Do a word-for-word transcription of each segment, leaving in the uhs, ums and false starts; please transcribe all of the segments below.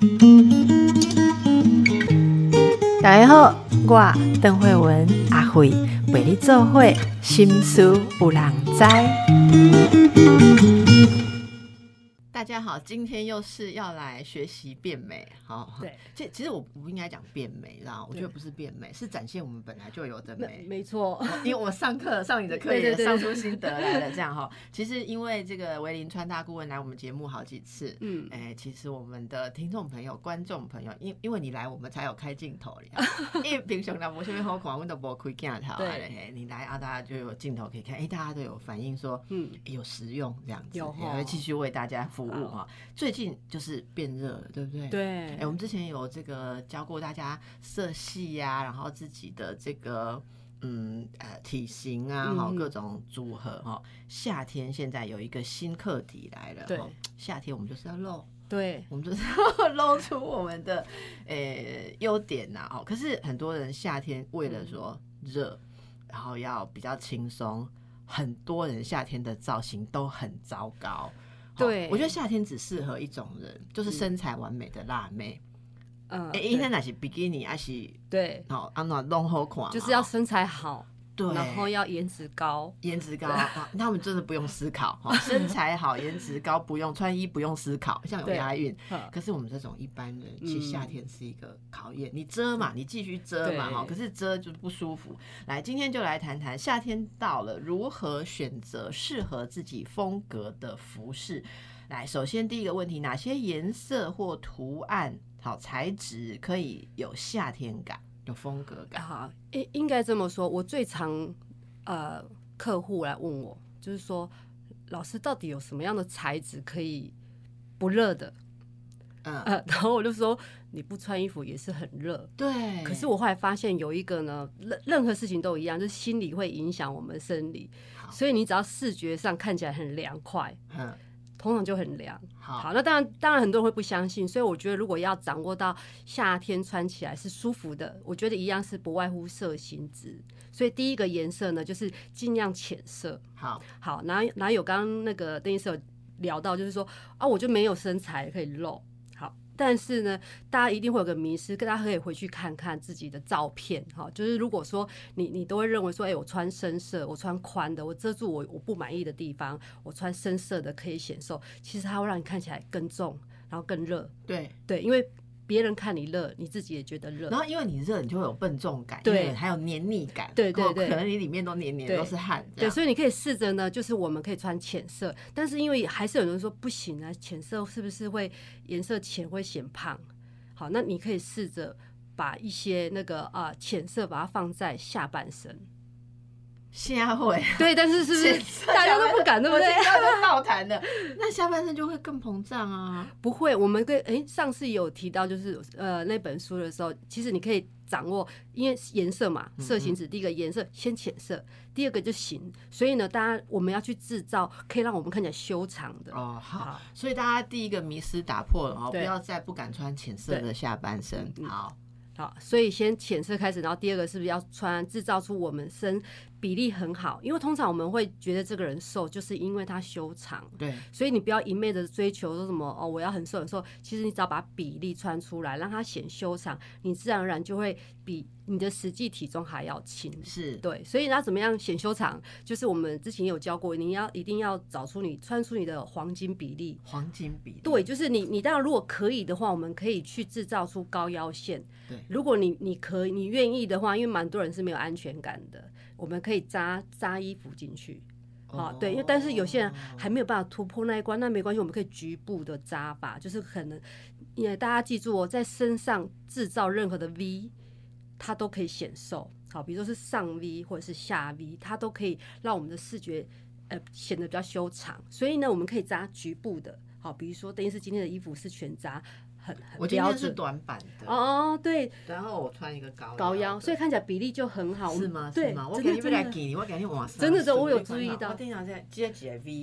大家好，我邓惠文阿惠陪你做伙心事有人知。大家好，今天又是要来学习变美。好， 对， 其其实我不应该讲变美啦，我觉得不是变美，是展现我们本来就有的美。 没错， 因为我上课上你的课也上出心得来了，这样哈。其实因为这个维林穿搭顾问来我们节目好几次，嗯，哎、欸，其实我们的听众朋友、观众朋友，因因为你来，我们才有开镜头了。因为平常呢，我这边好看，我们都不开镜头，对，你来啊，大家就有镜头可以看。哎、欸，大家都有反映说，嗯，欸、有实用这样子，有会继续为大家服务哈。最近就是变热了，对不对？ 对， 哎、欸，我们之前有这个教过大家色系呀、啊，然后自己的这个嗯呃体型啊，哈、嗯，各种组合哈。夏天现在有一个新课题来了，对，夏天我们就是要露， 对， 我们就是要露出我们的呃优点呐，哦。可是很多人夏天为了说热，嗯、然后要比较轻松，很多人夏天的造型都很糟糕。对，我觉得夏天只适合一种人，就是身材完美的辣妹。嗯，哎、欸，因为那是比基尼，还是对， 好，安怎弄好看， 就是要身材好， 对， 然后要颜值高， 颜值高，他们真的不用思考，身材好，颜值高，不用穿衣，不用思考，像有押韵。可是我们这种一般人，其实夏天是一个考验，你遮嘛，你继续遮嘛，可是遮就是不舒服。来，今天就来谈谈夏天到了，如何选择适合自己风格的服饰。来，首先第一个问题，哪些颜色或图案、好材质可以有夏天感、有风格感？ 好，应应该这么说。我最常呃客户来问我，就是说，老师到底有什么样的材质可以不热的？嗯、呃，然后我就说，你不穿衣服也是很热。 对。 可是我后来发现有一个呢，任任何事情都一样，就是心理会影响我们生理，所以你只要视觉上看起来很凉快，嗯。通常就很凉。好，好，那当然，当然很多人会不相信，所以我觉得如果要掌握到夏天穿起来是舒服的，我觉得一样是不外乎色型质。所以第一个颜色呢，就是尽量浅色。好，好，然后然后有刚刚那个邓医师有聊到，就是说啊，我就没有身材可以露。但是呢，大家一定会有个迷思，大家可以回去看看自己的照片，哈，就是如果说你你都会认为说，哎、欸，我穿深色，我穿宽的，我遮住我我不满意的地方，我穿深色的可以显瘦，其实它会让你看起来更重，然后更热。对对，因为别人看你热，你自己也觉得热， 然后因为你热，你就会有笨重感，对，还有黏腻感， 对对对， 可能你里面都黏黏都是汗， 对，所以你可以试着呢，就是我们可以穿浅色，但是因为还是有人说不行啊，浅色是不是会颜色浅会显胖？好，那你可以试着把一些那个啊浅色把它放在下半身。 下会对，但是是不是大家都不敢，对不对？ 都倒弹的，那下半身就会更膨胀啊。 不会，我们跟哎上次有提到，就是呃那本书的时候，其实你可以掌握，因为颜色嘛，色型指第一个颜色先浅色，第二个就型，所以呢，大家我们要去制造可以让我们看起来修长的哦。好，好，所以大家第一个迷思打破了哦，不要再不敢穿浅色的下半身。好。 好，所以先浅色开始，然后第二个是不是要穿制造出我们身比例很好？因为通常我们会觉得这个人瘦，就是因为他修长。对，所以你不要一昧的追求说什么哦，我要很瘦很瘦。其实你只要把比例穿出来，让它显修长，你自然而然就会比你的实际体重还要轻。是，对。所以那怎么样显修长？就是我们之前有教过，你要一定要找出你穿出你的黄金比例。 黄金比例。对， 就是你你当然如果可以的话，我们可以去制造出高腰线。对。如果你你可以你愿意的话，因为蛮多人是没有安全感的，我们可以扎扎衣服进去，好、哦，对，因为但是有些人还没有办法突破那一关，那没关系，我们可以局部的扎法，就是可能，因为大家记住哦，在身上制造任何的 V， 它都可以显瘦，好，比如说是上 V 或者是下 V， 它都可以让我们的视觉呃显得比较修长，所以呢，我们可以扎局部的，好，比如说等于是今天的衣服是全扎。很很我今天是短版的哦，对， 然后我穿一个高腰高腰，所以看起来比例就很好， 是吗？ 对， 是吗？我给你来给你，我给你往上， 真的，真的，我有注意到。 我经常在接几个 V，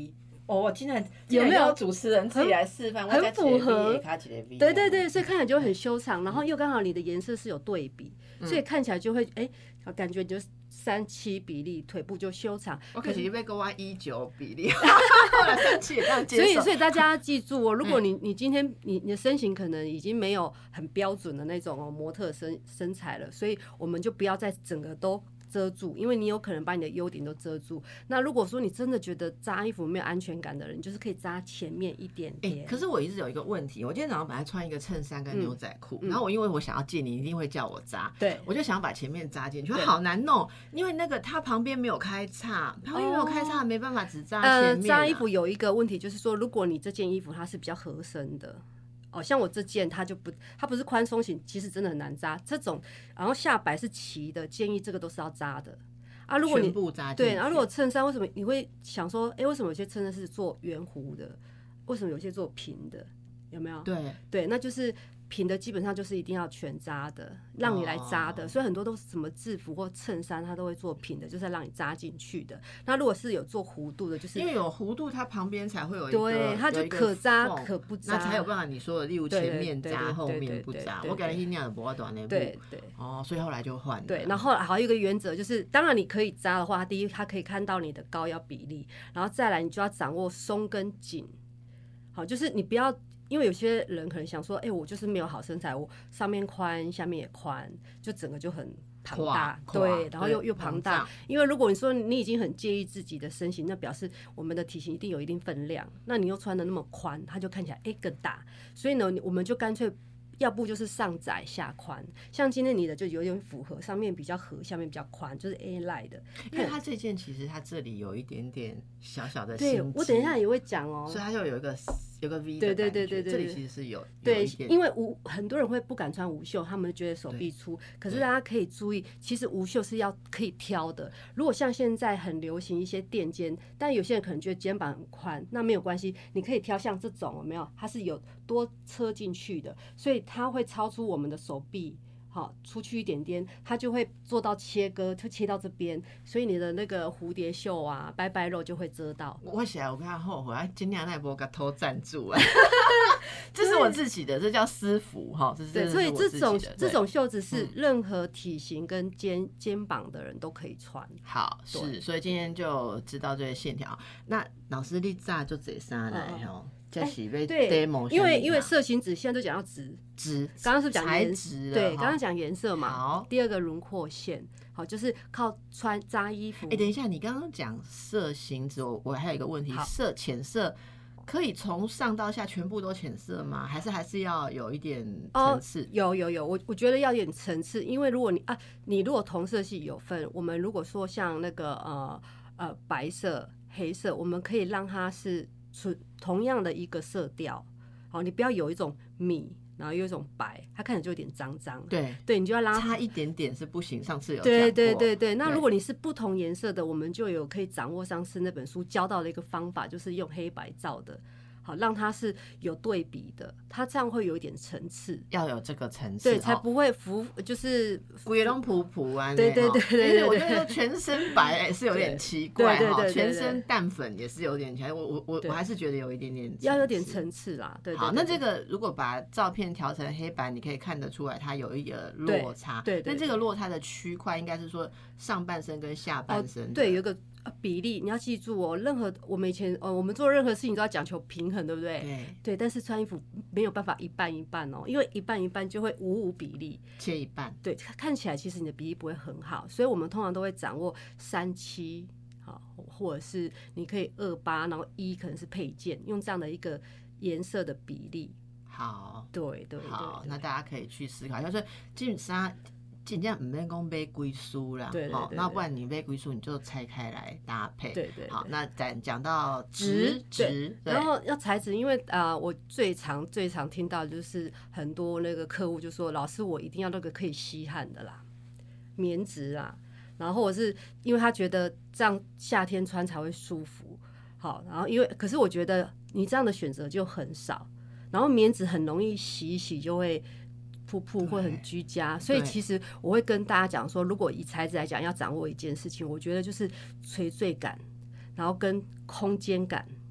哦，竟然有没有主持人自己来示范？ 很符合，对对对，所以看起来就会很修长，然后又刚好你的颜色是有对比，所以看起来就会哎、欸，感觉就三七比例，腿部就修长。 我可是你被跟我一九比例，后来三七也这样接受。 所以，所以大家要记住哦，如果你你今天你你的身形可能已经没有很标准的那种哦模特身身材了，所以我们就不要再整个都遮住，因为你有可能把你的优点都遮住。那如果说你真的觉得扎衣服没有安全感的人，你就是可以扎前面一点点。 欸、可是我一直有一个问题，我今天早上本来穿一个衬衫跟牛仔裤、嗯，然后我因为我想要借你，一定会叫我扎， 对， 我就想要把前面扎进去，好难弄，因为那个它旁边没有开叉，旁边没有开叉、哦，没办法只扎前面、啊。 呃，扎衣服有一个问题就是说，如果你这件衣服它是比较合身的。哦，像我这件它就不，它不是宽松型，其实真的很难扎。这种，然后下摆是齐的，建议这个都是要扎的。啊，如果你全部扎进去。 对，然后如果衬衫，为什么你会想说，哎、欸，为什么有些衬衫是做圆弧的，为什么有些做平的？有没有？ 对对，那就是平的基本上就是一定要全扎的，让你来扎的。哦、所以很多都是什么制服或衬衫，它都会做平的，就是让你扎进去的。那如果是有做弧度的，就是因为有弧度，它旁边才会有一个， 对，它就可扎可不扎， 那才有办法你说的，例如前面扎，后面不扎。我感觉那样的不要短那步， 对对。 哦，所以后来就换了。 对，然后还有一个原则就是，当然你可以扎的话，第一它可以看到你的高要比例，然后再来你就要掌握松跟紧。好，就是你不要。因为有些人可能想说，哎、欸，我就是没有好身材，我上面宽，下面也宽，就整个就很庞大，对，然后又又庞大。因为如果你说你已经很介意自己的身形，那表示我们的体型一定有一定分量，那你又穿的那么宽，它就看起来哎、欸、更大。所以呢，我们就干脆。要不就是上窄下宽，像今天你的就有点符合，上面比较合，下面比较宽，就是 A line 的。 因为它这件其实它这里有一点点小小的心机， 对我等一下也会讲哦， 所以它就有一个有个 V 的对对对对对， 这里其实是有对，因为无很多人会不敢穿无袖，他们觉得手臂粗，可是大家可以注意，其实无袖是要可以挑的。如果像现在很流行一些垫肩，但有些人可能觉得肩膀很宽，那没有关系，你可以挑像这种有没有？它是有多车进去的，所以它会超出我们的手臂。好，出去一点点，它就会做到切割，就切到这边，所以你的那个蝴蝶袖啊、拜拜肉就会遮到。 我起来，我跟他后悔，今年那波给偷赞助啊，这是我自己的，这叫私服哈，这是对，所以这种这种袖子是任何体型跟肩肩膀的人都可以穿。 好，是，所以今天就知道这些线条。那老师你早就坐上来哦。 欸、对，因为因为色型纸现在都讲要直直， 刚刚是讲颜色， 对，刚刚讲颜色嘛。好，第二个轮廓线，好，就是靠穿扎衣服。 哎、欸，等一下，你刚刚讲色型纸，我我还有一个问题，色浅色可以从上到下全部都浅色吗？还是还是要有一点层次？哦、 有有有，我我觉得要有点层次，因为如果你啊，你如果同色系有分，我们如果说像那个呃呃白色、黑色，我们可以让它是。同样的一个色调，好，你不要有一种米，然后有一种白，它看起来就有点脏脏。 对对，你就要拉差一点点是不行。上次有讲过。 对对对对，那如果你是不同颜色的，我们就有可以掌握上次那本书教到的一个方法，就是用黑白照的。好，让它是有对比的，它这样会有一点层次， 要有这个层次， 对，才不会浮，就是鬼龙普普啊。 对对对对对， 我觉得全身白也是有点奇怪哈，全身淡粉也是有点奇怪。我我我我还是觉得有一点点要有点层次啦。对， 好，那这个如果把照片调成黑白，你可以看得出来它有一个落差。 对， 但这个落差的区块应该是说上半身跟下半身。 对，有一个。比例你要记住哦，任何我们以前呃，我们做任何事情都要讲求平衡，对不对？ 对， 对。但是穿衣服没有办法一半一半哦，因为一半一半就会五五比例， 切一半。 对，看起来其实你的比例不会很好，所以我们通常都会掌握三七，好，或者是你可以二八，然后一可能是配件，用这样的一个颜色的比例。 好， 对对对， 好，那大家可以去思考，就是基本上。尽量唔免讲买几束啦，好，那不然你买几束你就拆开来搭配。 对 对, 对。 好，那讲讲到直直， 然后要材质，因为啊、呃，我最常最常听到就是很多那个客户就说，老师我一定要那个可以吸汗的啦，棉质啦，然后或者是因为他觉得这样夏天穿才会舒服，好，然后因为可是我觉得你这样的选择就很少，然后棉质很容易洗一洗就会。瀑布会很居家，所以其实我会跟大家讲说，如果以材质来讲，要掌握一件事情，我觉得就是垂坠感，然后跟空间感。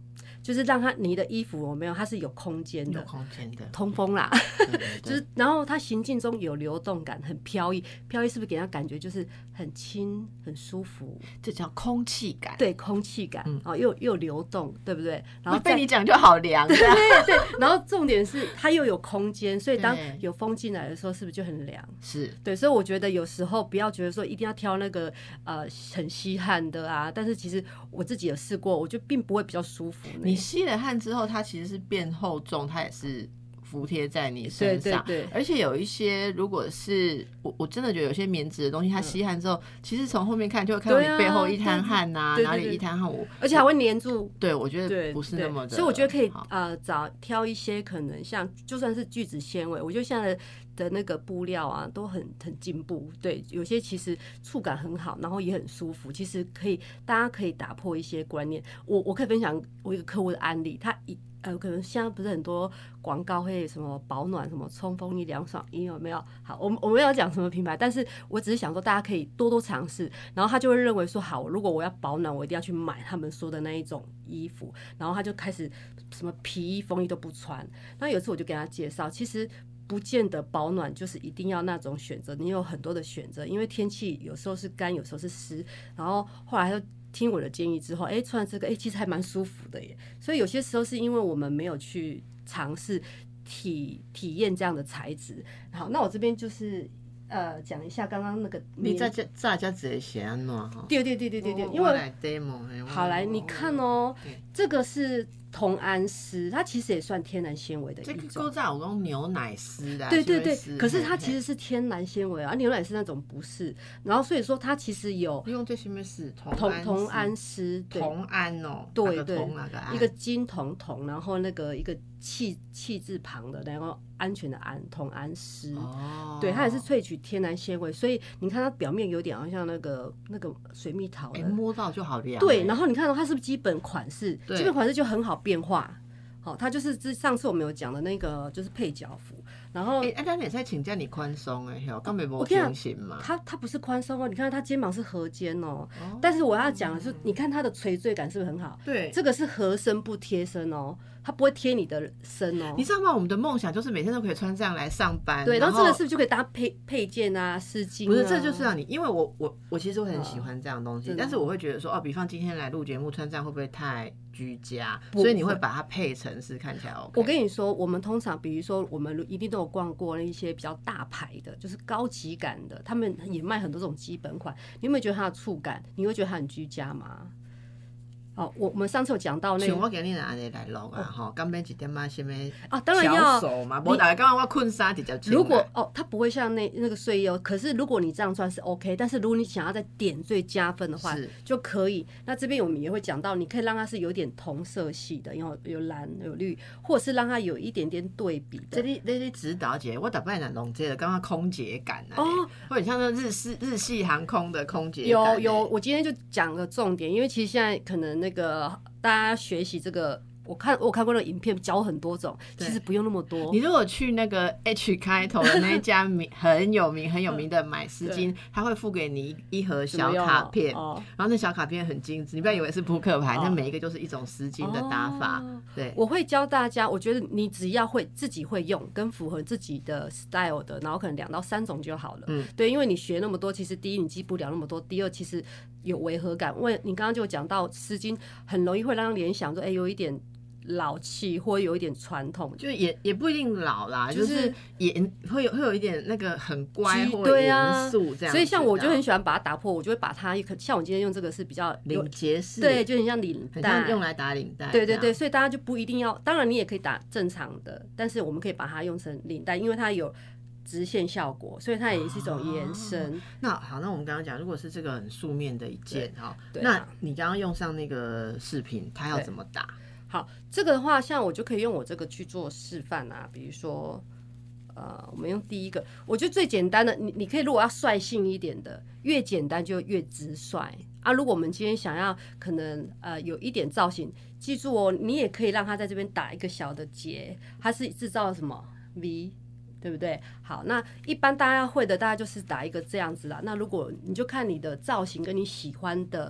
就是让它你的衣服有没有它是有空间的， 有空间的通风啦， 对对对就是然后它行进中有流动感，很飘逸，飘逸是不是给人感觉就是很轻很舒服？ 这叫空气感， 对，空气感，嗯、哦，又又流动，对不对？然后被你讲就好凉， 对对对，然后重点是它又有空间，所以当有风进来的时候，是不是就很凉？ 是对，所以我觉得有时候不要觉得说一定要挑那个呃很吸汗的啊，但是其实我自己有试过，我觉得并不会比较舒服。 你吸了汗之后，它其实是变厚重，它也是服贴在你身上， 对对对， 而且有一些如果是我我真的觉得有些棉质的东西，它吸汗之后，嗯、其实从后面看就会看到你背后一滩汗呐，哪里一滩汗，我而且还会粘住。 对，我觉得不是那么的， 所以我觉得可以呃找挑一些可能像就算是聚酯纤维，我觉得现在的。的那个布料啊，都很很进步。对，有些其实触感很好，然后也很舒服。其实可以，大家可以打破一些观念。我我可以分享我一个客户的案例，他一呃，可能现在不是很多广告会什么保暖、什么冲锋衣、凉爽衣有没有？好，我们我们要讲什么品牌，但是我只是想说大家可以多多尝试。然后他就会认为说，好，如果我要保暖，我一定要去买他们说的那一种衣服。然后他就开始什么皮衣、风衣都不穿。那有一次我就跟他介绍，其实。不见得保暖就是一定要那种选择，你有很多的选择，因为天气有时候是干，有时候是湿。然后后来他听我的建议之后，哎，穿这个，哎，其实还蛮舒服的耶。所以有些时候是因为我们没有去尝试体体验这样的材质。好，那我这边就是呃讲一下刚刚那个， 你在这大家直接写安怎哈？ 对对对对对对，因为 demo 好来你看哦，这个是。同安丝，它其实也算天然纤维的一种。 这个在我用牛奶丝的、啊， 对对对。可是它其实是天然纤维啊，牛奶丝那种不是。然后所以说它其实有用这些咩丝？ 同同安丝， 同安哦， 对对， 个一个金铜铜，然后那个一个气气字旁的，然后安全的安，同安丝。哦。对，它也是萃取天然纤维，所以你看它表面有点好像那个那个水蜜桃的， 欸、摸到就好凉。 对，然后你看到、哦、它是不是基本款式？基本款式就很好变化。好，它就是上次我们有讲的那个，就是配脚服。然后， 哎、欸，那你在请假你宽松哎，吼，根本没天形嘛。 它它不是宽松哦，你看它肩膀是合肩哦。哦但是我要讲的是，你看它的垂坠感是不是很好？ 对， 这个是合身不贴身哦，它不会贴你的身哦。 你知道吗？我们的梦想就是每天都可以穿这样来上班。 对，然后这个是不是就可以搭配配件啊、丝巾、啊？ 不是，这就是让你，因为我我我其实会很喜欢这样的东西，哦、但是我会觉得说，哦，比方今天来录节目穿这样会不会太居家？所以你会把它配成是看起来 OK。 我跟你说，我们通常比如说我们一定都有逛过那一些比较大牌的，就是高级感的，他们也卖很多这种基本款。你有没有觉得它的触感？你会觉得它很居家吗？哦，我我们上次有讲到那个， 像我今日安尼来录啊，吼，敢免一点仔什么啊？当然要手嘛，无大家讲我困衫直接穿。 如果哦，它不会像那那个睡衣哦，可是如果你这样穿是 OK， 但是如果你想要再点缀加分的话，就可以。那这边我们也会讲到，你可以让它是有点同色系的，有有蓝有绿，或者是让它有一点点对比的。 这里这里指导姐，我大摆来弄这个，刚刚空姐感啊，哦，或者像那日式日系航空的空姐有有，我今天就讲个重点，因为其实现在可能那个大家学习这个，我看我看过那个影片，教很多种，其实不用那么多。 你如果去那个 H 开头的那一家名很有名很有名的买丝巾，他会付给你一盒小卡片，哦、然后那小卡片很精致，你不要以为是扑克牌，那、哦、每一个就是一种丝巾的打法。哦、对， 我会教大家，我觉得你只要会自己会用，跟符合自己的 style 的，然后可能两到三种就好了。嗯，对，因为你学那么多，其实第一你记不了那么多，第二其实有违和感，因为你刚刚就讲到丝巾很容易会让人联想说，哎、欸，有一点老气或有一点传统， 就也也不一定老啦，就是、就是、也会有会有一点那个很乖或者严肃这样、啊。 所以像我就很喜欢把它打破，我就会把它像我今天用这个是比较领结式， 对，就很像领带， 很像用来打领带。 对对对，所以大家就不一定要，当然你也可以打正常的，但是我们可以把它用成领带，因为它有直线效果，所以它也是一种延伸。 哦、那好，那我们刚刚讲，如果是这个很素面的一件哈，那你刚刚用上那个饰品，它要怎么打？ 好，这个的话，像我就可以用我这个去做示范啊，比如说，呃，我们用第一个，我觉得最简单的，你你可以如果要率性一点的，越简单就越直率啊。如果我们今天想要可能呃有一点造型，记住哦，你也可以让它在这边打一个小的结，它是制造什么 V。对不对？好，那一般大家会的，大家就是打一个这样子啦。那如果你就看你的造型跟你喜欢的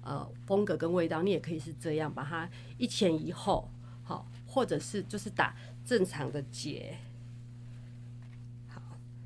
呃风格跟味道，你也可以是这样把它一前一后，好，或者是就是打正常的结，好，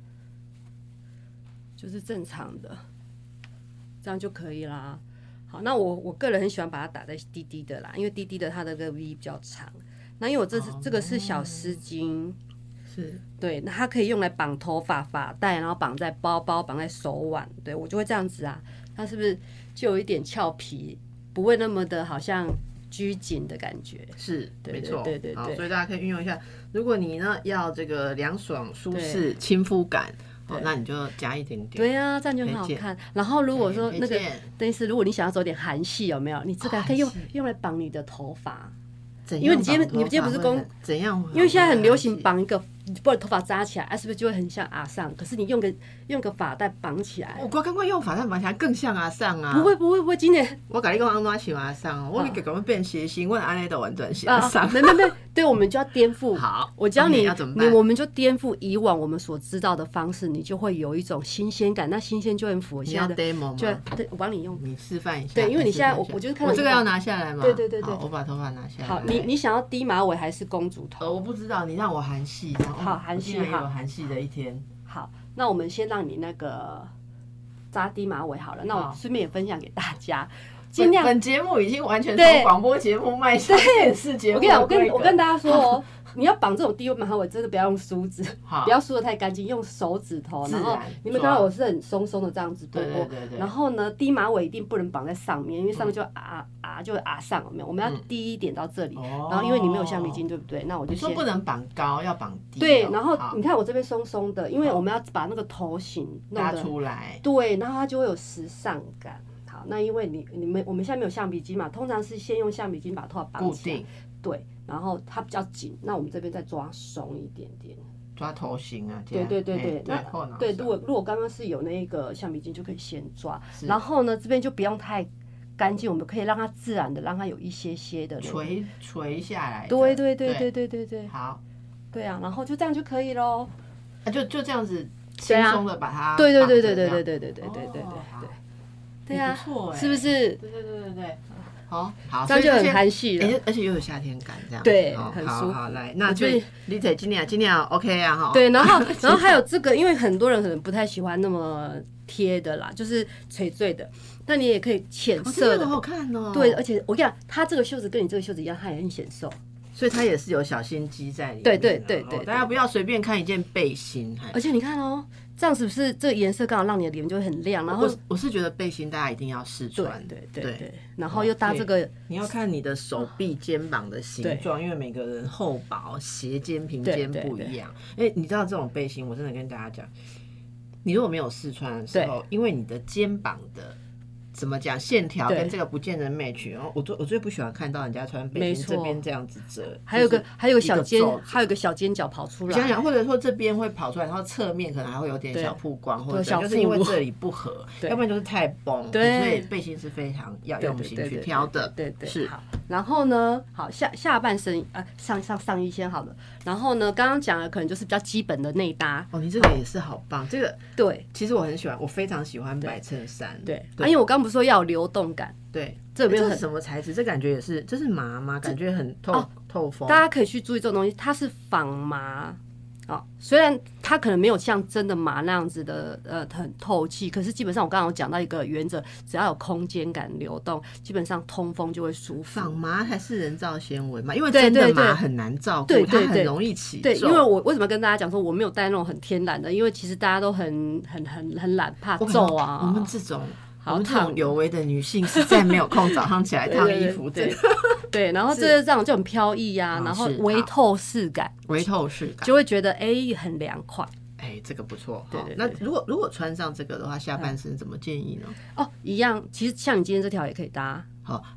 就是正常的，这样就可以啦。好，那我我个人很喜欢把它打在低低的啦，因为低低的它的这个 V 比较长。那因为我这是、哦、这个是小丝巾， 是对，那它可以用来绑头发、发带，然后绑在包包、绑在手腕，对我就会这样子啊。它是不是就有一点俏皮，不会那么的好像拘谨的感觉？ 是， 对没错， 对对对对。 所以大家可以运用一下。如果你呢要这个凉爽、舒适、亲肤感。哦、那你就加一点点， 对啊，这样就很好看。然后如果说那个，等于是如果你想要走点韩系，有没有？你这个可以用、哦、用来绑你的头发，因为你今天你今天不是公怎样？ 因为现在很流行绑一个，不然头发扎起来，啊，是不是就会很像阿尚？可是你用个用个发带绑起来， 我刚刚用发带绑起来更像阿尚啊！ 不会不会不会，今年我跟你讲，安怎像阿尚哦？我给赶快变谐星，我安尼都完全是阿尚。 没没没，对，我们就要颠覆。 好， 我教你， 你我们就颠覆以往我们所知道的方式，你就会有一种新鲜感。那新鲜就很符合现在的。 你要 demo 吗？ 就对，我帮你用， 你示范一下。 对，因为你现在我我就是看我这个要拿下来吗？ 对对对对， 我把头发拿下来。 好，你你想要低马尾还是公主头？ 呃，我不知道，你让我韩系。 好，韩系哈。有韩系的一天。 好，那我们先让你那个扎低马尾好了。那我顺便也分享给大家。尽量本节目已经完全从广播节目迈向电视节目。 我跟你讲，我跟我跟大家说哦，你要绑这种低马尾，真的不要用梳子，不要梳得太干净，用手指头。然后你们看到我是很松松的这样子拨拨。然后呢，低马尾一定不能绑在上面，因为上面就啊啊就啊上，有没有？我们要低一点到这里。然后因为你没有橡皮筋，对不对？那我就先说不能绑高，要绑低。 对，然后你看我这边松松的，因为我们要把那个头型弄拉出来。 对，然后它就会有时尚感。好，那因为你你们我们现在没有橡皮筋嘛，通常是先用橡皮筋把头发绑起来，固定，对，然后它比较紧，那我们这边再抓松一点点， 抓头型啊， 对对对对，那对，如果如果刚刚是有那个橡皮筋，就可以先抓，然后呢这边就不用太干净，我们可以让它自然的，让它有一些些的垂垂下来， 对对对对对对对， 好， 对啊，然后就这样就可以咯， 啊就就这样子轻松的把它， 对对对对对对对对对对对对对。对啊，是不是？ 对对对对对，好好， 这样就很韩系了， 而且又有夏天感，这样对，很舒服。 好，来，那就李姐今年今年 OK 啊哈。 对，然后然后还有这个，因为很多人可能不太喜欢那么贴的啦，就是垂坠的，那你也可以浅色的， 好好看哦。 对，而且我跟你讲，它这个袖子跟你这个袖子一样，它也很显瘦。 所以它也是有小心机在里面。 对对对对， 大家不要随便看一件背心。 而且你看哦，这样是不是这个颜色刚好让你的脸就会很亮？然后我是觉得背心大家一定要试穿。 对对对对，然后又搭这个， 你要看你的手臂、肩膀的形状，因为每个人厚薄、斜肩、平肩不一样。哎，你知道这种背心，我真的跟大家讲，你如果没有试穿的时候，因为你的肩膀的。怎么讲？线条跟这个不见得 match。然后我最我最不喜欢看到人家穿背心这边这样子折， 还有个还有个小尖，还有个小尖角跑出来。 想想，或者说这边会跑出来，然后侧面可能还会有点小曝光，或者就是因为这里不合，要不然就是太崩。对，所以背心是非常要用心去挑的。 对对， 是。 好，然后呢，好下下半身呃上上上衣先好了。然后呢，刚刚讲的可能就是比较基本的内搭。 哦，你这个也是好棒，这个对， 其实我很喜欢，我非常喜欢白衬衫。 对，啊，因为我刚不是说要有流动感。 对， 这没有很什么材质？这感觉也是，这是麻吗？感觉很透、哦、透风。 大家可以去注意这种东西，它是仿麻。哦，虽然它可能没有像真的麻那样子的呃很透气，可是基本上我刚刚有讲到一个原则，只要有空间感流动，基本上通风就会舒服。 仿麻还是人造纤维嘛？因为真的麻很难照顾，对对对，它很容易起皱。 对，因为我为什么跟大家讲说我没有带那种很天然的，因为其实大家都很很很很懒，怕皱啊。 我们这种。我们这种有为的女性实在没有空早上起来烫衣服， 对 对, 对, 对，然后这这样就很飘逸呀，然后微透视感， 微透视感就会觉得哎、欸、很凉快， 哎、欸、这个不错。 对对对， 那如果如果穿上这个的话，下半身怎么建议呢？ 哦，一样，其实像你今天这条也可以搭。 好好，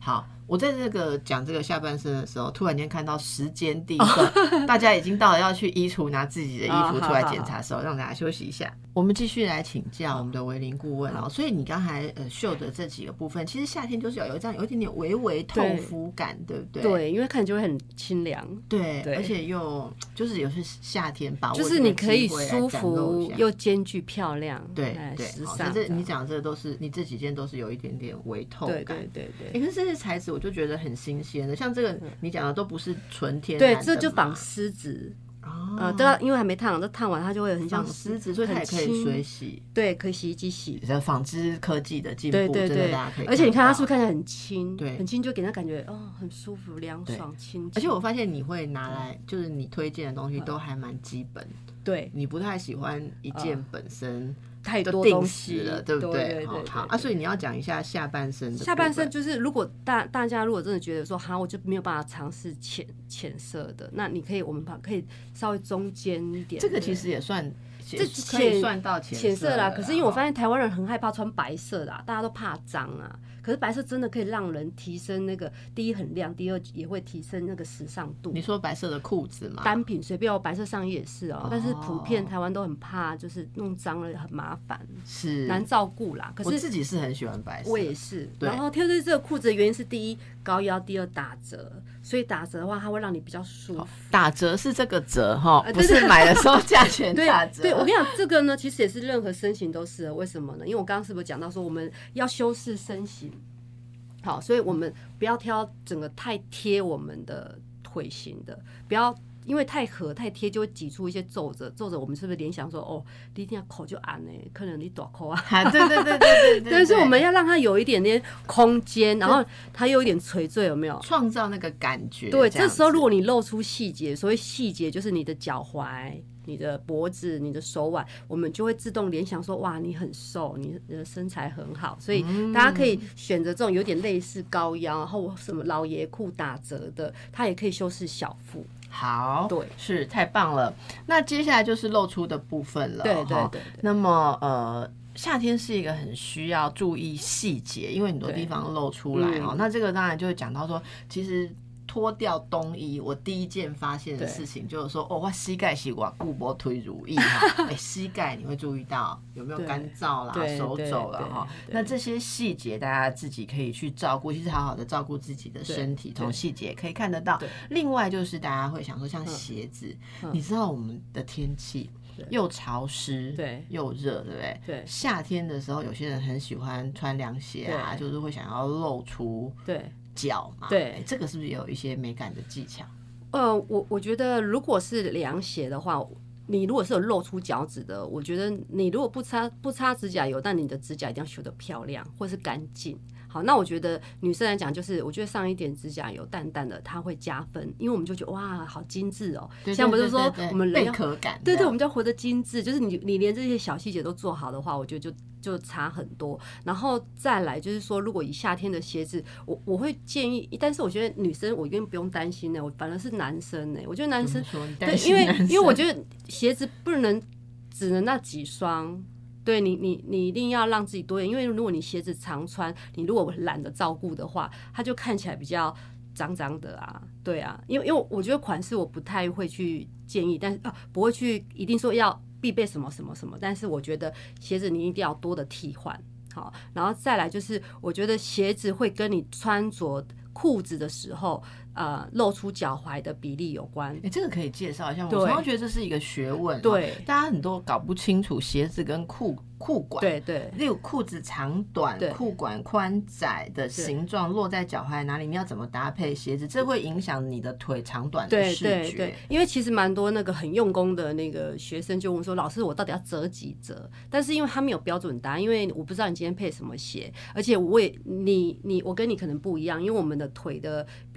我在这个讲这个下半身的时候，突然间看到时间地段，大家已经到了要去衣橱拿自己的衣服出来检查的时候，让大家休息一下。我们继续来请教我们的维玲顾问哦。所以你刚才呃秀的这几个部分，其实夏天就是要有这样有一点点微微透肤感， 对, 对不对？ 对，因为看就会很清凉。 对，而且又就是有些夏天把握就是你可以舒服又兼具漂亮，对对，时尚。 这你讲的这都是你这几件都是有一点点微透感， 对对对对。 欸、可是这些材质我就觉得很新鲜的，像这个你讲的都不是纯天然的， 对，这就绑丝质。哦、呃，都要因为还没烫，这烫完它就会很像丝质，所以它也可以水洗， 对，可以洗衣机洗。 这纺织科技的进步， 对对对， 大家可以。 而且你看它是不是看起来很轻？ 对， 很轻就给人感觉哦，很舒服、凉爽、清。 而且我发现你会拿来，就是你推荐的东西都还蛮基本。 对， 你不太喜欢一件本身。呃太多东西了，对不对？ 对对对对好啊，所以你要讲一下下半身的。 下半身就是，如果大大家如果真的觉得说，哈，我就没有办法尝试浅浅色的，那你可以，我们可以稍微中间一点。 这个其实也算， 这可以算到浅浅色啦。可是因为我发现台湾人很害怕穿白色的、啊，大家都怕脏啊。可是白色真的可以让人提升那个，第一很亮，第二也会提升那个时尚度。 你说白色的裤子吗？ 单品随便哦，白色上衣也是哦。但是普遍台湾都很怕，就是弄脏了很麻烦， 是难照顾啦。可是我自己是很喜欢白色， 我也是。然后挑对这个裤子的原因是：第一高腰，第二打折。所以打折的话，它会让你比较舒服。 打折是这个折哈，不是买的时候价钱打折。 对，对我跟你讲，这个呢，其实也是任何身形都适合。为什么呢？因为我刚刚是不是讲到说，我们要修饰身形。好，所以我们不要挑整个太贴我们的腿型的，不要因为太合太贴就会挤出一些皱褶，皱褶我们是不是联想说哦，你一定要口就按呢，可能你短口啊， 对对对对对对。 但是我们要让它有一点点空间，然后它又有一点垂坠，有没有？ 创造那个感觉。 对，这时候如果你露出细节，所谓细节就是你的脚踝。你的脖子、你的手腕，我们就会自动联想说，哇，你很瘦，你的身材很好，所以大家可以选择这种有点类似高腰，然后什么老爷裤打折的，它也可以修饰小腹。 好， 对， 是太棒了。那接下来就是露出的部分了。 对对 对, 对。 那么呃。夏天是一个很需要注意细节，因为很多地方露出来哦、嗯。那这个当然就会讲到说，其实脱掉冬衣，我第一件发现的事情就是说，哦，我膝盖是我固波推乳液哈，哎，膝盖你会注意到有没有干燥啦、手肘了哈。那这些细节大家自己可以去照顾，其实好好的照顾自己的身体，从细节可以看得到。另外就是大家会想说，像鞋子，嗯、你知道我们的天气。又潮湿，对，又热，对不对？对。夏天的时候，有些人很喜欢穿凉鞋啊，就是会想要露出对脚嘛。对，这个是不是也有一些美感的技巧？ 呃，我我觉得如果是凉鞋的话，你如果是有露出脚趾的，我觉得你如果不擦不擦指甲油，但你的指甲一定要修得漂亮或是干净。好，那我觉得女生来讲，就是我觉得上一点指甲油淡淡的，它会加分，因为我们就觉得哇，好精致哦。像不是说我们人要贝壳感， 对对，我们就要活得精致，就是你你连这些小细节都做好的话，我觉得就就差很多。然后再来就是说，如果以夏天的鞋子，我我会建议，但是我觉得女生我根本不用担心呢，我反而是男生呢，我觉得男生对，因为因为我觉得鞋子不能只能那几双。对你，你你一定要让自己多一点，因为如果你鞋子常穿，你如果懒得照顾的话，它就看起来比较脏脏的啊。对啊，因为因为我觉得款式我不太会去建议，但是啊不会去一定说要必备什么什么什么，但是我觉得鞋子你一定要多的替换。好，然后再来就是我觉得鞋子会跟你穿着裤子的时候。呃，露出脚踝的比例有关。 哎、欸，这个可以介绍一下。我常常觉得这是一个学问。对，大家很多搞不清楚鞋子跟裤裤管。对对。例如裤子长短、裤管宽窄的形状落在脚踝哪里，你要怎么搭配鞋子，这会影响你的腿长短的视觉。对对对。 因为其实蛮多那个很用功的那个学生就问说，老师，我到底要折几折？但是因为他没有标准答案，因为我不知道你今天配什么鞋，而且我也你你我跟你可能不一样，因为我们的腿的比例，所以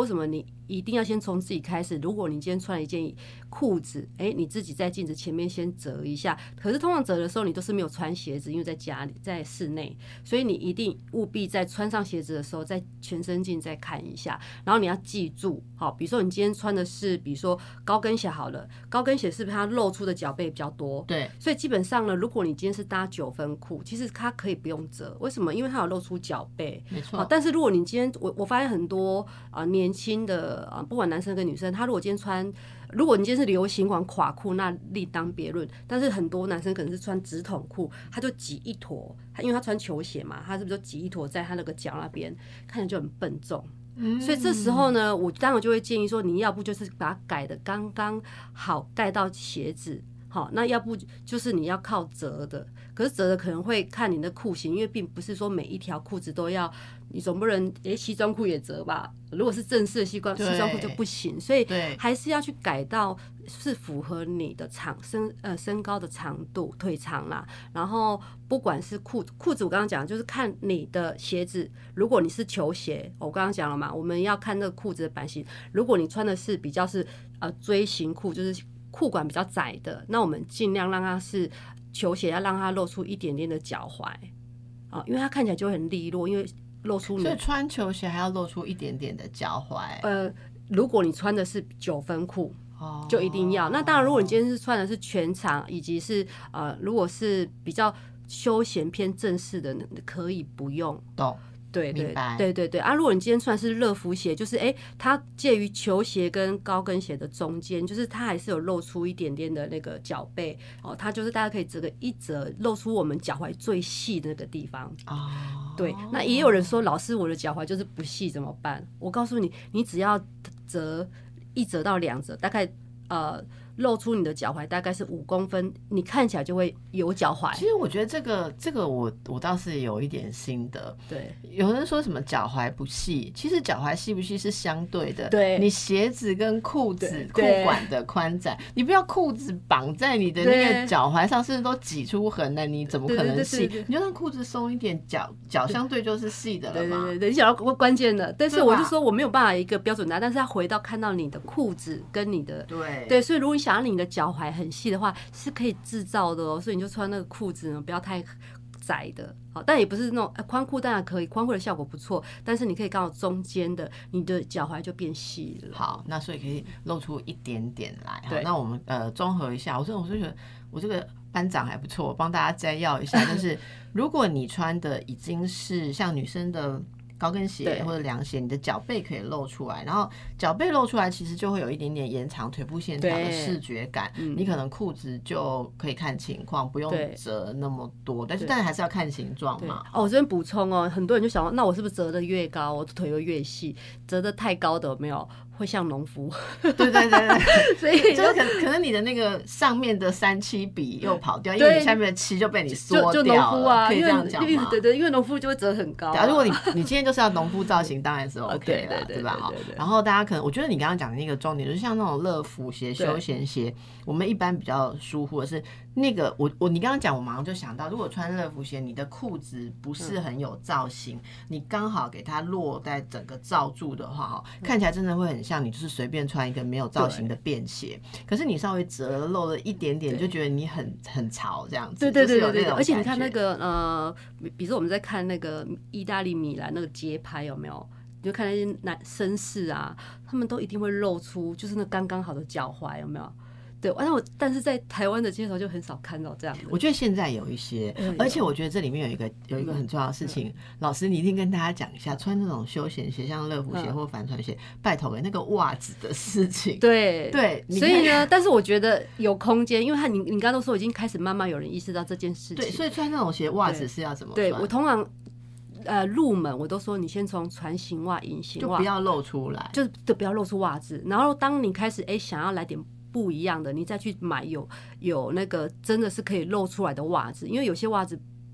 为什么你一定要先从自己开始？如果你今天穿了一件裤子，哎、欸，你自己在镜子前面先折一下。可是通常折的时候，你都是没有穿鞋子，因为在家里在室内，所以你一定务必在穿上鞋子的时候，在全身镜再看一下。然后你要记住，好，比如说你今天穿的是，比如说高跟鞋好了，高跟鞋是不是它露出的脚背比较多？ 对， 所以基本上呢，如果你今天是搭九分裤，其实它可以不用折。为什么？因为它有露出脚背， 没错。 但是如果你今天，我我发现很多啊、呃、年轻的啊、呃，不管男生跟女生，他如果今天穿，如果你今天是流行款垮裤，那另当别论。但是很多男生可能是穿直筒裤，他就挤一坨，因为他穿球鞋嘛，他是不是就挤一坨在他那个脚那边，看起来就很笨重。嗯、所以这时候呢，我当然就会建议说，你要不就是把它改的刚刚好盖到鞋子。好，那要不就是你要靠折的，可是折的可能会看你的裤型，因为并不是说每一条裤子都要，你总不能诶西装裤也折吧？如果是正式的西装西装裤就不行，所以还是要去改到是符合你的长身呃身高的长度、腿长啦。然后不管是裤裤子，我刚刚讲就是看你的鞋子，如果你是球鞋，我刚刚讲了嘛，我们要看那个裤子的版型。如果你穿的是比较是呃锥形裤，就是裤管比较窄的，那我们尽量让它是球鞋，要让它露出一点点的脚踝啊，因为它看起来就会很利落，因为露出你。 所以穿球鞋还要露出一点点的脚踝。 呃，如果你穿的是九分裤，哦，就一定要。那当然，如果你今天是穿的是全长，以及是呃，如果是比较休闲偏正式的，可以不用。 懂。 对对对对对啊！如果你今天穿的是热敷鞋，就是哎、欸，它介于球鞋跟高跟鞋的中间，就是它还是有露出一点点的那个脚背哦，它就是大家可以折个一折，露出我们脚踝最细的那个地方哦。对，那也有人说，老师我的脚踝就是不细怎么办？我告诉你，你只要折一折到两折，大概呃。露出你的脚踝大概是五公分，你看起来就会有脚踝。 其实我觉得这个这个我我倒是有一点心得。 对， 有人说什么脚踝不细，其实脚踝细不细是相对的。 对， 你鞋子跟裤子裤管的宽窄，你不要裤子绑在你的那个脚踝上，甚至都挤出痕来，你怎么可能细？对对对对对，你就让裤子松一点，脚脚相对就是细的了嘛。 对对对，你讲到关键的，但是我就说我没有办法一个标准答案，但是要回到看到你的裤子跟你的对对，所以如果你想。假如你的脚踝很细的话，是可以制造的哦，所以你就穿那个裤子呢，不要太窄的，好，但也不是那种宽裤，当然可以，宽裤的效果不错，但是你可以刚好中间的，你的脚踝就变细了。 好，那所以可以露出一点点来。好，那我们呃综合一下，我说我就觉得我这个班长还不错，我帮大家摘要一下，就是如果你穿的已经是像女生的高跟鞋或者凉鞋，你的脚背可以露出来，然后脚背露出来其实就会有一点点延长腿部线条的视觉感，你可能裤子就可以看情况，不用折那么多，但是但是还是要看形状嘛。 哦，我这边补充哦，很多人就想，那我是不是折的越高，我的腿会越细？折的太高的有没有会像农夫？ 对对对对，所以就是可可能你的那个上面的三七比又跑掉，因为你下面的七就被你缩掉了， 就农夫啊， 可以这样讲吗？ 对对，因为农夫就会折很高、啊。 对啊，如果你你今天就是要农夫造型，当然是 OK 了，对吧？然后大家可能，我觉得你刚刚讲的那个重点，就是像那种乐福鞋、休闲鞋，我们一般比较疏忽的是那个，我我你刚刚讲，我马上就想到，如果穿乐福鞋，你的裤子不是很有造型，嗯、你刚好给它落在整个罩住的话，嗯、看起来真的会很像你就是随便穿一个没有造型的便鞋。可是你稍微折露了一点点，就觉得你很很潮这样子。 对对对对对，而且你看那个呃，比如说我们在看那个意大利米兰那个街拍有没有？你就看那些男绅士啊，他们都一定会露出就是那刚刚好的脚踝，有没有？对，但我但是在台湾的街头就很少看到这样的。 我觉得现在有一些，嗯、而且我觉得这里面有一个有一个很重要的事情，嗯、老师你一定跟大家讲一下，穿那种休闲鞋，像乐福鞋或帆船鞋，嗯、拜托那个袜子的事情。 对对， 所以呢，但是我觉得有空间，因为他你你刚刚都说已经开始慢慢有人意识到这件事情。 对，所以穿那种鞋袜子是要怎么穿？ 对我通常。呃，入门我都说你先从船型袜、隐形袜， 就不要露出来， 就就不要露出袜子。然后当你开始哎、欸、想要来点不一样的，你再去买有有那个真的是可以露出来的袜子，因为有些袜子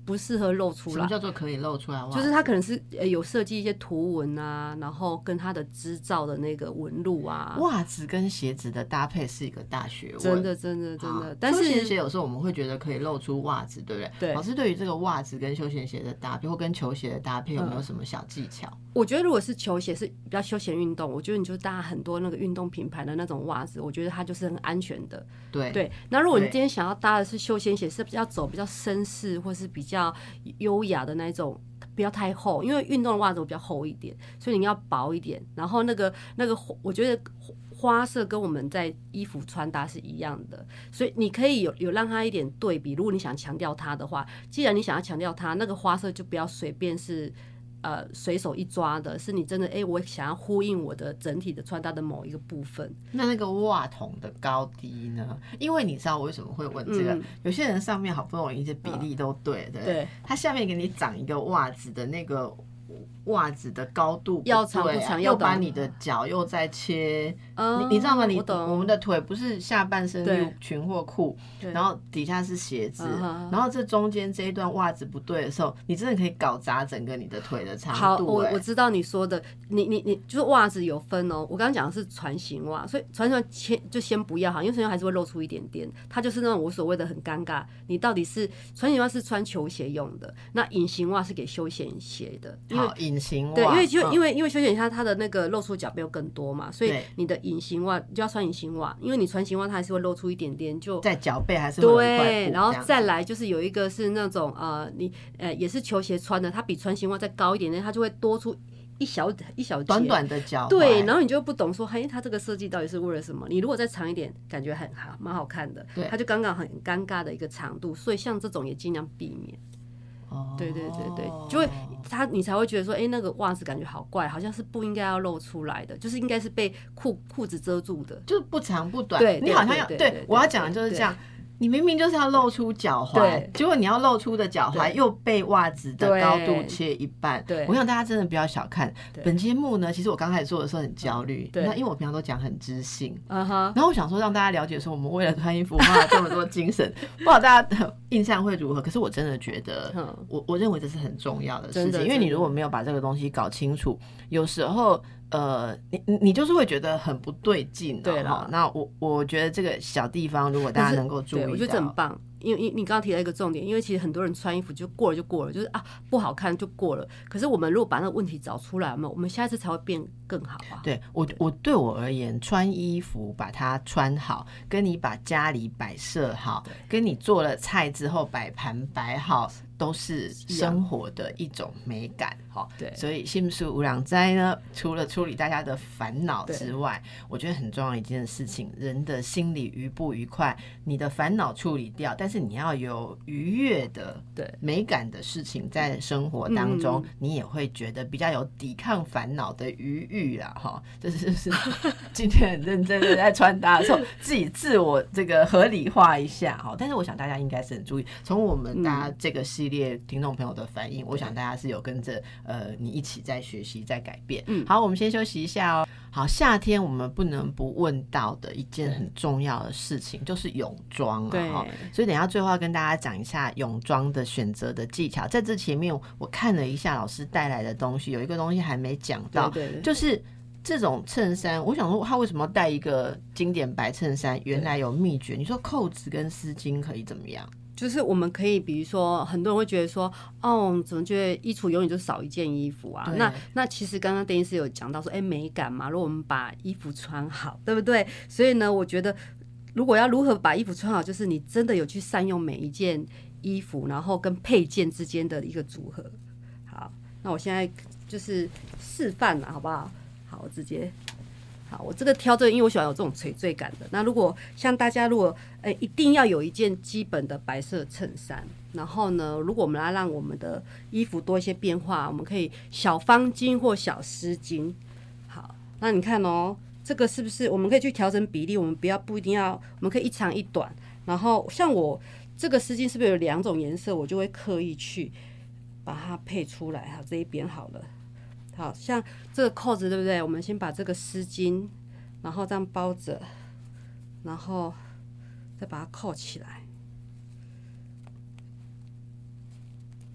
不适合露出来。 什么叫做可以露出来袜子？ 就是它可能是有设计一些图文啊，然后跟它的织造的那个纹路啊。 袜子跟鞋子的搭配是一个大学问， 真的真的真的。但是休闲鞋有时候我们会觉得可以露出袜子，对不对？ 对。 老师对于这个袜子跟休闲鞋的搭配，或跟球鞋的搭配，有没有什么小技巧？ 嗯、我觉得如果是球鞋是比较休闲运动，我觉得你就搭很多那个运动品牌的那种袜子，我觉得它就是很安全的。 对对。那如果你今天想要搭的是休闲鞋，是比较走比较绅士或是比较优雅的那种，不要太厚，因为运动的袜子比较厚一点，所以你要薄一点。然后那个那个，我觉得花色跟我们在衣服穿搭是一样的，所以你可以有有让它一点对比。如果你想强调它的话，既然你想要强调它，那个花色就不要随便是呃随手一抓的，是你真的哎、欸，我想要呼应我的整体的穿搭的某一个部分。 那那个袜筒的高低呢？因为你知道我为什么会问这个？嗯、有些人上面好不容易这比例都对，对、嗯、对，他下面给你长一个袜子的那个。袜子的高度要长不长， 又把你的脚又再切，嗯、你你知道吗？你我们的腿不是下半身裙或裤，然后底下是鞋子，然后这中间这一段袜子不对的时候，你真的可以搞砸整个你的腿的长度。 好，我我知道你说的，你你你就是袜子有分哦。我刚刚讲的是船型袜，所以船型先就先不要好，因为船型还是会露出一点点，它就是那种我所谓的很尴尬。你到底是船型袜是穿球鞋用的，那隐形袜是给休闲鞋的，因为隐形袜， 对，因为就、嗯、因为因为休闲鞋它它的那个露出脚背又更多嘛，所以你的隐形袜就要穿隐形袜，因为你船型袜它还是会露出一点点，就在脚背还是会有一块布。 对，然后再来就是有一个是那种呃，你呃也是球鞋穿的，它比船型袜再高一点点，它就会多出一小一小节短短的脚。 对，然后你就不懂说，嘿，它这个设计到底是为了什么？你如果再长一点，感觉很好，蛮好看的。对，它就刚刚很尴尬的一个长度，所以像这种也尽量避免。哦，对对对对，就会他你才会觉得说，哎、欸，那个袜子感觉好怪，好像是不应该要露出来的，就是应该是被裤裤子遮住的， 就是不长不短。 对， 你好像要 对, 对, 对, 对, 对，我要讲的就是这样。你明明就是要露出脚踝，结果你要露出的脚踝又被袜子的高度切一半。对，我想大家真的不要小看本节目呢。其实我刚开始做的时候很焦虑，那因为我平常都讲很知性， uh huh. 然后我想说让大家了解说我们为了穿衣服花了这么多精神，不知道大家的印象会如何。可是我真的觉得，我我认为这是很重要的事情，因为你如果没有把这个东西搞清楚，有时候。呃，你你就是会觉得很不对劲、喔，对了。那我我觉得这个小地方，如果大家能够注意到， 我觉得这很棒。因为你刚刚提到一个重点，因为其实很多人穿衣服就过了就过了，就是啊不好看就过了。可是我们如果把那个问题找出来，我们下一次才会变更好啊。 对我我对我而言，穿衣服把它穿好，跟你把家里摆设好，跟你做了菜之后摆盘摆好。都是生活的一种美感，对，所以心术无两斋呢，除了处理大家的烦恼之外，我觉得很重要一件事情，人的心理愉不愉快，你的烦恼处理掉，但是你要有愉悦的、美感的事情在生活当中，嗯、你也会觉得比较有抵抗烦恼的余裕啦，哈，这是就是今天很认真的在穿搭的时候，自己自我这个合理化一下哈。但是我想大家应该是很注意，从我们大家这个系列听众朋友的反应，我想大家是有跟着呃你一起在学习在改变。嗯，好，我们先休息一下哦。好，夏天我们不能不问到的一件很重要的事情就是泳装啊。对，所以等一下最后要跟大家讲一下泳装的选择的技巧。在这前面我看了一下老师带来的东西，有一个东西还没讲到，对对对，就是这种衬衫，我想说他为什么要带一个经典白衬衫？原来有秘诀。你说扣子跟丝巾可以怎么样？ 就是我们可以，比如说，很多人会觉得说，哦，怎么觉得衣橱永远就少一件衣服啊？那那其实刚刚邓医师有讲到说，哎、欸，美感嘛，如果我们把衣服穿好，对不对？所以呢，我觉得如果要如何把衣服穿好，就是你真的有去善用每一件衣服，然后跟配件之间的一个组合。好，那我现在就是示范了，好不好？好，我直接。好，我这个挑这个，因为我喜欢有这种垂坠感的。那如果像大家如果呃一定要有一件基本的白色衬衫，然后呢，如果我们要让我们的衣服多一些变化，我们可以小方巾或小丝巾。好，那你看哦，这个是不是我们可以去调整比例？我们不要不一定要，我们可以一长一短。然后像我这个丝巾是不是有两种颜色？我就会刻意去把它配出来。好，这一边好了。好像这个扣子对不对？我们先把这个丝巾，然后这样包着，然后再把它扣起来。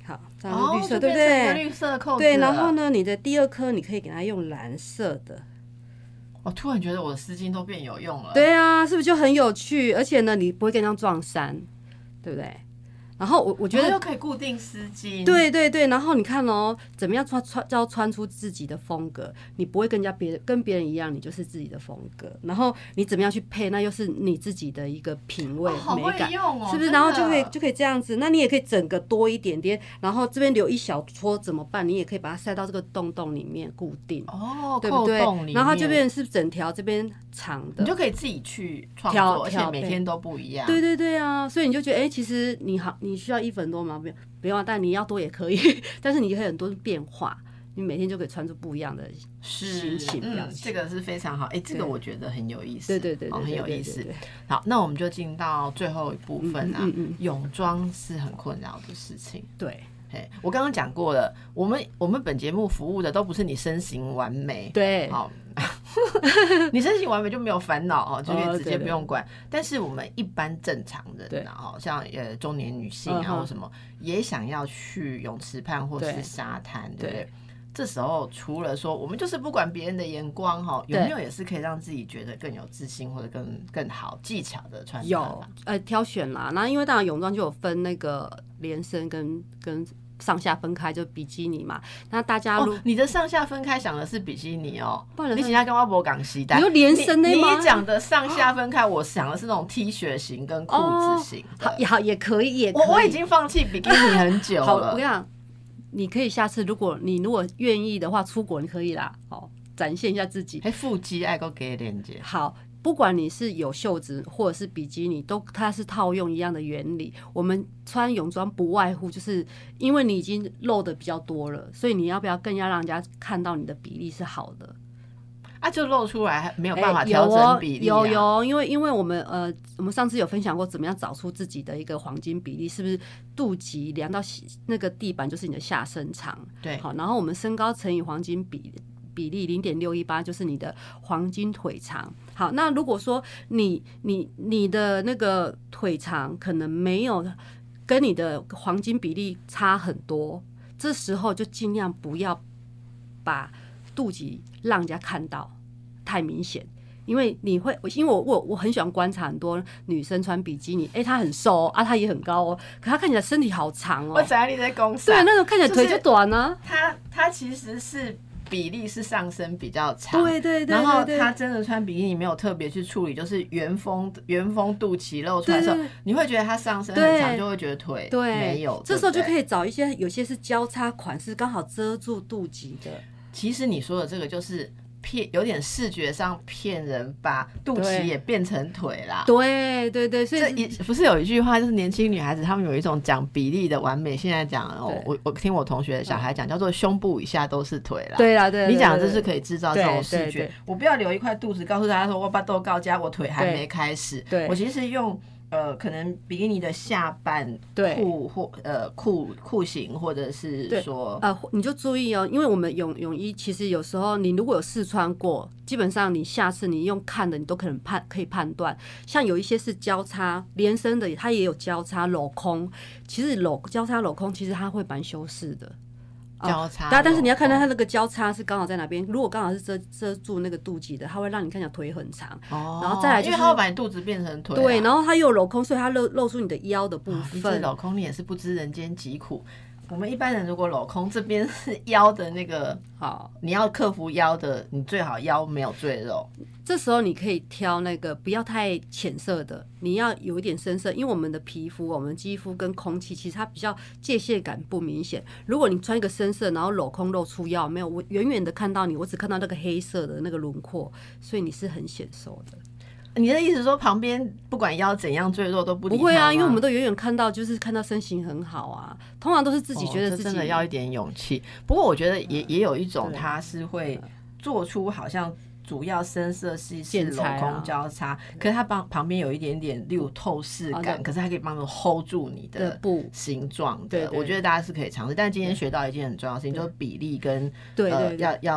好，这样绿色、 哦、 对不对？ 绿色的扣子。 对，然后呢，你的第二颗你可以给它用蓝色的。 我突然觉得我的丝巾都变有用了。 对啊，是不是就很有趣？而且呢，你不会跟人家撞衫，对不对？然后我我觉得又可以固定丝巾， 对对对。然后你看哦，怎么样穿穿要穿出自己的风格，你不会跟人家别人跟别人一样，你就是自己的风格。然后你怎么样去配，那又是你自己的一个品味、 哦、 美感， 哦、 是不是？然后就可以就可以这样子。那你也可以整个多一点点，然后这边留一小撮怎么办？你也可以把它塞到这个洞洞里面固定， 哦， 对不对？ 扣洞里面， 然后它这边是整条这边长的， 你就可以自己去创作，而且每天都不一样。 对对对啊，所以你就觉得，哎、欸，其实你好，你需要衣服很多吗？不用，不用，但你要多也可以。但是你可以很多变化，你每天就可以穿出不一样的心情表嗯，这个是非常好。哎、欸，这个我觉得很有意思。 对对 对, 對, 對, 對, 對, 對, 對， 很有意思。好，那我们就进到最后一部分啊。 嗯嗯嗯、 泳装是很困扰的事情。 对。 我刚刚讲过了，我们我们本节目服务的都不是你身形完美， 对， 好，你身形完美就没有烦恼哦，就可以直接不用管。哦、但是我们一般正常人啊，哈，像呃中年女性啊或什么，也想要去泳池畔或是沙滩，对不对？这时候除了说我们就是不管别人的眼光哈，有没有也是可以让自己觉得更有自信或者更更好技巧的穿搭？ 有，呃，挑选啦。那因为当然泳装就有分那个连身跟跟上下分开，就比基尼嘛。那大家如、 哦、你的上下分开想的是比基尼哦，你其他跟我不港西带， 你有连身的吗？ 你讲的上下分开，我想的是那种 T 恤型跟裤子型的。 哦、好，好，也可以，也可以。 我我已经放弃比基尼很久了。 好，我跟你讲。你可以下次，如果你如果愿意的话，出国你可以啦，哦，展现一下自己。 还腹肌爱够给链接。 好，不管你是有袖子或者是比基尼，都它是套用一样的原理。我们穿泳装不外乎就是因为你已经露的比较多了，所以你要不要更要让人家看到你的比例是好的？ 啊，就露出来没有办法调整比例、啊欸、有、哦、有, 有，因为因为我们呃，我们上次有分享过怎么样找出自己的一个黄金比例，是不是肚脐量到那个地板就是你的下身长？ 对， 好，然后我们身高乘以黄金比比例零点六一八就是你的黄金腿长。好，那如果说你你你的那个腿长可能没有跟你的黄金比例差很多，这时候就尽量不要把肚脐让人家看到太明显，因为你会，因为我我我很喜欢观察很多女生穿比基尼，哎、欸，她很瘦、哦、啊，她也很高哦，可她看起来身体好长哦。 我知道你在公司， 对，那种看起来腿就短啊。 她她其实是比例是上身比较长， 对对 对, 對, 對， 然后她真的穿比基尼没有特别去处理，就是原封原封肚脐露出来的时候，你会觉得她上身很长，就会觉得腿对没有。 这时候就可以找一些有些是交叉款式，刚好遮住肚脐的。 其实你说的这个就是骗，有点视觉上骗人，把肚脐也变成腿啦。 对对对，所以这不是有一句话，就是年轻女孩子她们有一种讲比例的完美，现在讲哦，我我听我同学的小孩讲，叫做胸部以下都是腿啦。 对啦，对， 你讲的这是可以制造这种视觉。 对对对， 我不要留一块肚子，告诉大家说我把豆告家，我腿还没开始。 对， 我其实用。呃，可能比基尼的下半裤或呃裤裤型，或者是说呃，你就注意哦，因为我们泳泳衣其实有时候你如果有试穿过，基本上你下次你用看的，你都可能判可以判断。像有一些是交叉连身的，它也有交叉镂空，其实镂交叉镂空其实它会蛮修饰的。 交叉、 哦，但是你要看到它那个交叉是刚好在哪边。如果刚好是遮遮住那个肚脐的，它会让你看起来腿很长。 哦， 然后再来、就是， 因为它会把你肚子变成腿、啊。 对，然后它又有镂空，所以它露露出你的腰的部分。 哦、你镂空，你也是不知人间疾苦。我们一般人如果镂空，这边是腰的那个，好，你要克服腰的，你最好腰没有赘肉。 这时候你可以挑那个不要太浅色的，你要有一点深色，因为我们的皮肤、我们肌肤跟空气其实它比较界限感不明显。如果你穿一个深色，然后镂空露出腰，没有，我远远的看到你，我只看到那个黑色的那个轮廓，所以你是很显瘦的。 你的意思说旁边不管腰怎样赘肉都不理他吗？ 不会啊，因为我们都远远看到，就是看到身形很好啊。通常都是自己觉得自己、 哦、真的要一点勇气。不过我觉得也、嗯、也有一种，它是会做出好像主要深色系是镂空交叉，啊、可是它旁旁边有一点点例如透视感，啊、可是它可以帮助 hold 住你的形状的。 对， 我觉得大家是可以尝试。但今天学到一件很重要的事情，就是比例跟对对对呃要要。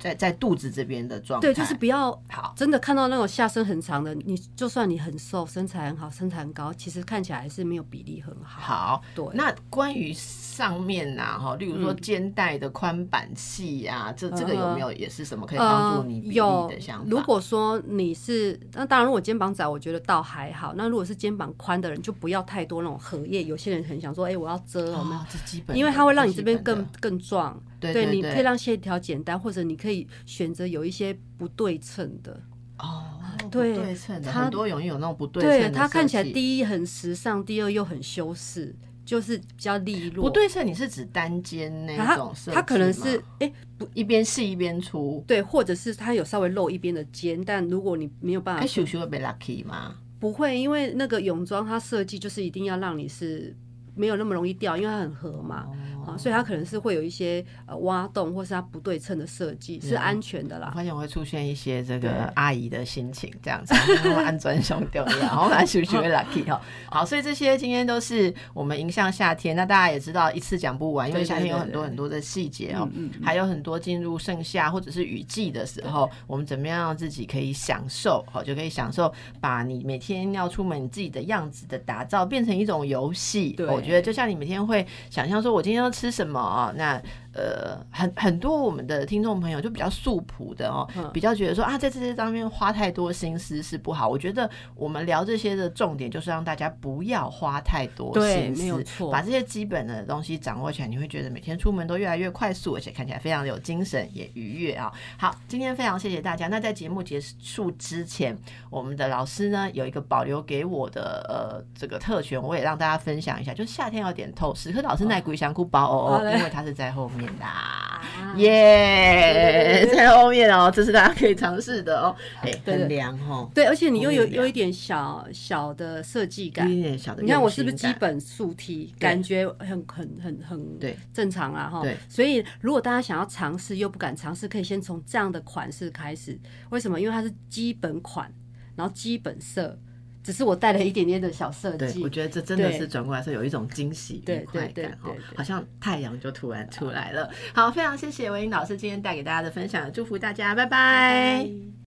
在在肚子这边的状态。 对，就是不要好真的看到那种下身很长的，你就算你很瘦，身材很好，身材很高，其实看起来还是没有比例很好。 好， 对。 那关于上面啊，哈，例如说肩带的宽板细啊，嗯、这这个有没有也是什么可以帮助你比例的想法？ 呃、如果说你是，那当然，如果肩膀窄，我觉得倒还好。那如果是肩膀宽的人，就不要太多那种荷叶。有些人很想说，哎、欸，我要遮，有没有？ 这基本， 因为它会让你这边更更壮。 对, 对, 对, 对，你可以让线条简单，或者你可以选择有一些不对称的。 哦， 对， 不对称的，很多容易有那种不对称的设计。 对，它看起来第一很时尚，第二又很修饰，就是比较利落。 不对称，你是指单肩那种设计吗？ 它可能是哎、 欸，一边细一边粗， 对，或者是它有稍微露一边的肩，但如果你没有办法， 哎，咻咻会被 lucky 吗？ 不会，因为那个泳装它设计就是一定要让你是没有那么容易掉，因为它很合嘛。哦，所以它可能是会有一些呃挖洞，或是它不对称的设计，是安全的啦。 我发现我会出现一些这个阿姨的心情，这样子，安装兄弟一样，然后来学学 lucky 哈。好，所以这些今天都是我们迎向夏天，那大家也知道一次讲不完，因为夏天有很多很多的细节哦，还有很多进入盛夏或者是雨季的时候，我们怎么样让自己可以享受，好，就可以享受把你每天要出门你自己的样子的打造变成一种游戏。我觉得就像你每天会想象说，我今天要吃什么哦，那呃很很多我们的听众朋友就比较素朴的哦，嗯、比较觉得说啊，在这些上面花太多心思是不好。我觉得我们聊这些的重点就是让大家不要花太多心思， 没有错， 把这些基本的东西掌握起来，你会觉得每天出门都越来越快速，而且看起来非常有精神，也愉悦啊、哦。好，今天非常谢谢大家。那在节目结束之前，我们的老师呢有一个保留给我的呃这个特权，我也让大家分享一下，就是夏天要点透视。可老师奈鬼香菇包哦哦，因为它是在后面的、啊，耶、yeah, ，在后面哦，这是大家可以尝试的哦。哎、欸，很凉哦。 对，而且你又有有一点小小的设计感， 有一点小的。 你看我是不是基本竖梯，感觉很很很很对正常啊哈。 对， 所以如果大家想要尝试又不敢尝试，可以先从这样的款式开始。为什么？因为它是基本款，然后基本色。只是我带了一点点的小设计， 我觉得这真的是转过来是有一种惊喜愉快感，好像太阳就突然出来了。好，非常谢谢文音老师今天带给大家的分享，祝福大家，拜拜。拜拜。